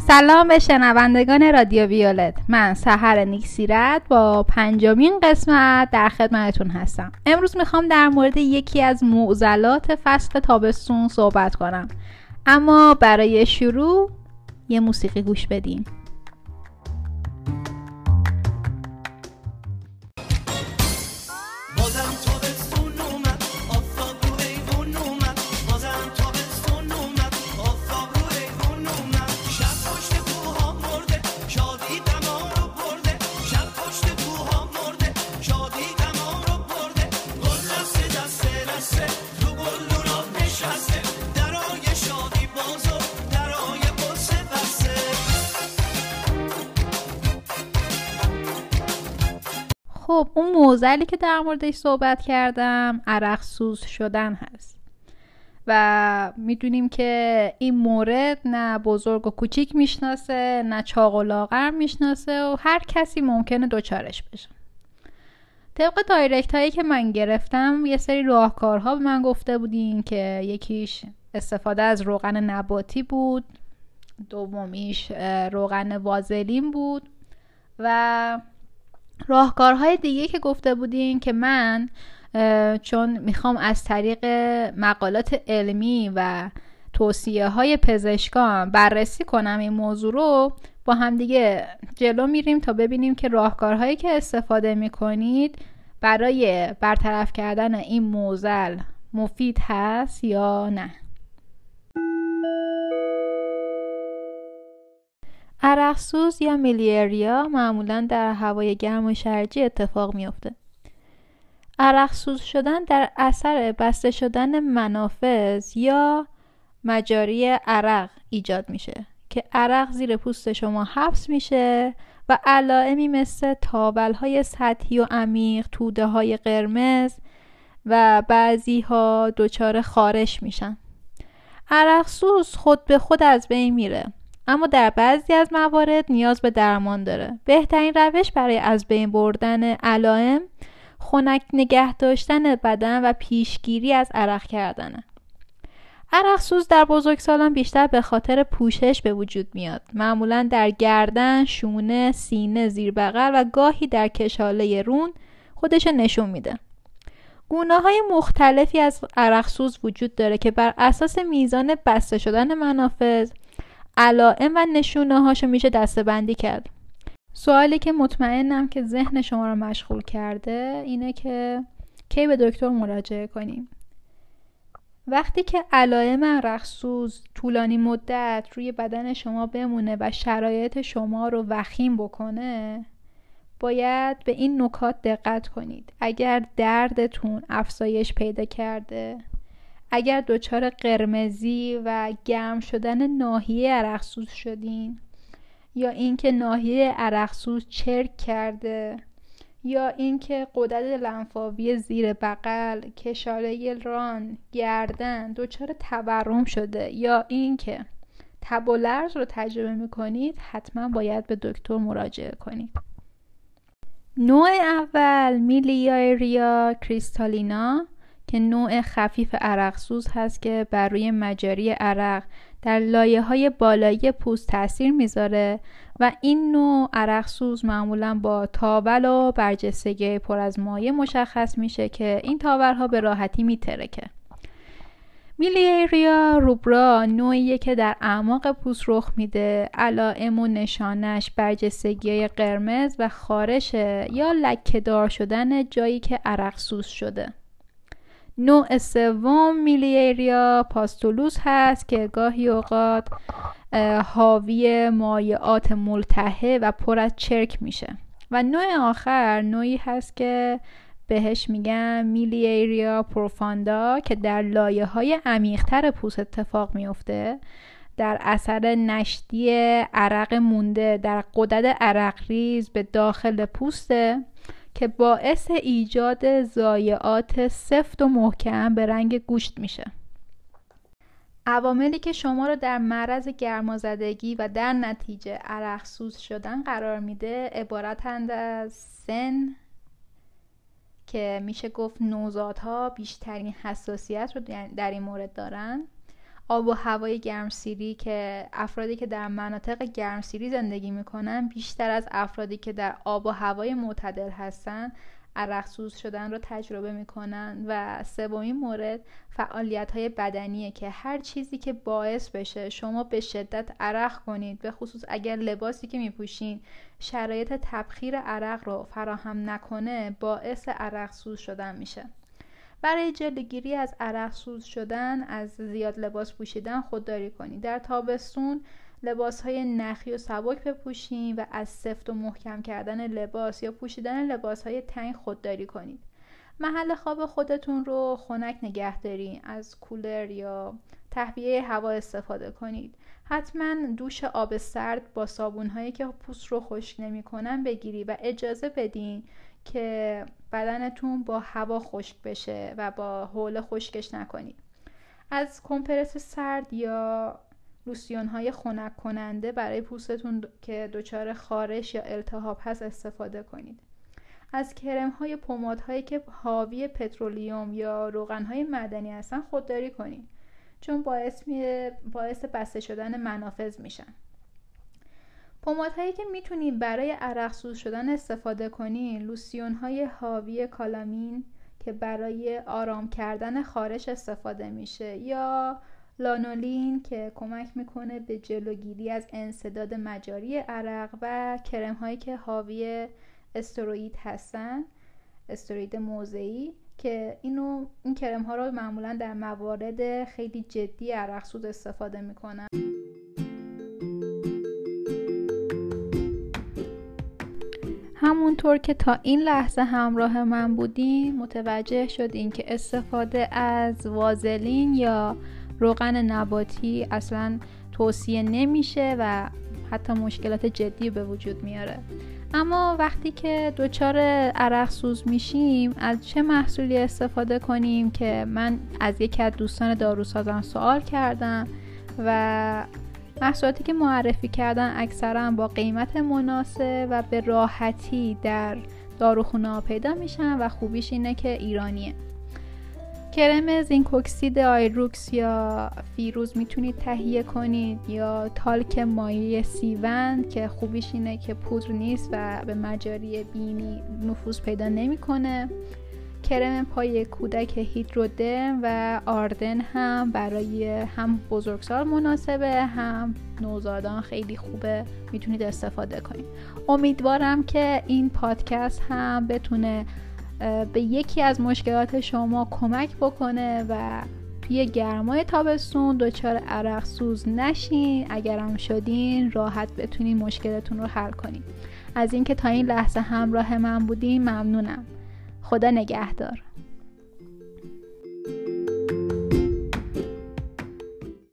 سلام به شنوندگان رادیو ویولت. من سحر نیکسیرت با 5مین قسمت در خدمتتون هستم. امروز میخوام در مورد یکی از معضلات فصل تابستون صحبت کنم، اما برای شروع یه موسیقی گوش بدیم. خب اون معضلی که در موردش صحبت کردم عرق سوز شدن هست و میدونیم که این مورد نه بزرگ و کوچیک میشناسه، نه چاق و لاغر میشناسه و هر کسی ممکنه دوچارش بشه. طبق دایرکت هایی که من گرفتم یه سری راهکارها به من گفته بودین که یکیش استفاده از روغن نباتی بود، دومیش روغن وازلین بود و راهکارهای دیگه که گفته بودین که من چون میخوام از طریق مقالات علمی و توصیه های پزشکان بررسی کنم این موضوع رو، با هم دیگه جلو میریم تا ببینیم که راهکارهایی که استفاده میکنید برای برطرف کردن این معضل مفید هست یا نه. عرق سوز یا میلیاریا معمولاً در هوای گرم و شرجی اتفاق میفته. عرق سوز شدن در اثر بسته شدن منافذ یا مجاری عرق ایجاد میشه که عرق زیر پوست شما حبس میشه و علائمی مثل تاولهای سطحی و عمیق، توده های قرمز و بعضی ها دچار خارش میشن. عرق سوز خود به خود از بین میره، اما در بعضی از موارد نیاز به درمان داره. بهترین روش برای از بین بردن علائم خنک نگه داشتن بدن و پیشگیری از عرق کردنه. عرق سوز در بزرگسالان بیشتر به خاطر پوشش به وجود میاد، معمولا در گردن، شونه، سینه، زیر بغل و گاهی در کشاله رون خودش نشون میده. گونه‌های مختلفی از عرق سوز وجود داره که بر اساس میزان بسته شدن منافذ، علائم و نشونه هاشو میشه دسته‌بندی کرد. سوالی که مطمئنم که ذهن شما رو مشغول کرده اینه که کی به دکتر مراجعه کنیم. وقتی که علائم عرق سوز طولانی مدت روی بدن شما بمونه و شرایط شما رو وخیم بکنه، باید به این نکات دقت کنید. اگر دردتون افزایش پیدا کرده، اگر دچار قرمزی و گرم شدن ناحیه عرق سوز شدین، یا اینکه ناحیه عرق سوز چرک کرده، یا اینکه غدد لنفاوی زیر بغل، کشاله ران، گردن دچار تورم شده، یا اینکه تب و لرز رو تجربه میکنید، حتما باید به دکتر مراجعه کنید. نوع اول میلیاریا کریستالینا که نوع خفیف عرق سوز هست که بر روی مجاری عرق در لایه‌های بالایی پوست تاثیر میذاره و این نوع عرق سوز معمولاً با تاول و برجستگی پر از مایع مشخص میشه که این تاول‌ها به راحتی میترکه. میلیاریا روبرا نوعیه که در اعماق پوست رخ میده. علائم و نشانش برجستگی قرمز و خارش یا لکه‌دار شدن جایی که عرق سوز شده. نوع سوم میلیاریا پاستولوس هست که گاهی اوقات حاوی مایعات ملتهب و پر از چرک میشه. و نوع آخر نوعی هست که بهش میگن میلیاریا پروفاندا که در لایه‌های عمیق‌تر پوست اتفاق میفته در اثر نشتی عرق مونده در غدد عرقریز به داخل پوسته که باعث ایجاد ضایعات سفت و محکم به رنگ گوشت میشه. عواملی که شما رو در معرض گرمازدگی و در نتیجه عرق سوز شدن قرار میده عبارتند از سن که میشه گفت نوزادها بیشترین حساسیت رو در این مورد دارن، آب و هوای گرمسیری که افرادی که در مناطق گرمسیری زندگی میکنن بیشتر از افرادی که در آب و هوای معتدل هستن عرق سوز شدن رو تجربه میکنن. و سومین مورد فعالیت‌های بدنیه که هر چیزی که باعث بشه شما به شدت عرق کنید، به خصوص اگر لباسی که میپوشین شرایط تبخیر عرق رو فراهم نکنه، باعث عرق سوز شدن میشه. برای جلوگیری از عرق سوز شدن از زیاد لباس پوشیدن خودداری کنید. در تابستون لباس‌های نخی و سبک بپوشید و از سفت و محکم کردن لباس یا پوشیدن لباس‌های تنگ خودداری کنید. محل خواب خودتون رو خنک نگه دارین. از کولر یا تهویه هوا استفاده کنید. حتما دوش آب سرد با صابون‌هایی که پوست رو خشک نمی‌کنن بگیری و اجازه بدین که بدنتون با هوا خشک بشه و با حوله خشکش نکنید. از کمپرس سرد یا لوسیون های خنک کننده برای پوستتون که دچار خارش یا التهاب هست استفاده کنید. از کرم های پماد هایی که حاوی پترولیوم یا روغن های معدنی هستن خودداری کنید، چون باعث بسته شدن منافذ میشن. پمادهایی که میتونید برای عرق سوز شدن استفاده کنید: لوسیون های حاوی کالامین که برای آرام کردن خارش استفاده میشه، یا لانولین که کمک میکنه به جلوگیری از انسداد مجاری عرق، و کرم هایی که حاوی استروئید هستن، استروئید موضعی، که این کرم ها رو معمولا در موارد خیلی جدی عرق سوز استفاده میکنن. همونطور که تا این لحظه همراه من بودین متوجه شدین که استفاده از وازلین یا روغن نباتی اصلا توصیه نمیشه و حتی مشکلات جدی به وجود میاره. اما وقتی که دچار عرق سوز میشیم از چه محصولی استفاده کنیم که من از یکی از دوستان داروسازان سوال کردم و محصولاتی که معرفی کردن اکثرا با قیمت مناسب و به راحتی در داروخونه‌ها پیدا میشن و خوبیش اینه که ایرانیه. کرم زینک اکسید آیروکس یا فیروز میتونید تهیه کنید، یا تالک مایع سیوند که خوبیش اینه که پودر نیست و به مجاری بینی نفوذ پیدا نمیکنه. کرم پای کودک هیدرودرم و آردن هم برای هم بزرگسال مناسبه، هم نوزادان خیلی خوبه، میتونید استفاده کنید. امیدوارم که این پادکست هم بتونه به یکی از مشکلات شما کمک بکنه و توی گرمای تابستون دچار عرق سوز نشین. اگرم شدین راحت بتونین مشکلتون رو حل کنین. از اینکه تا این لحظه همراه من بودین ممنونم. خدا نگهدار.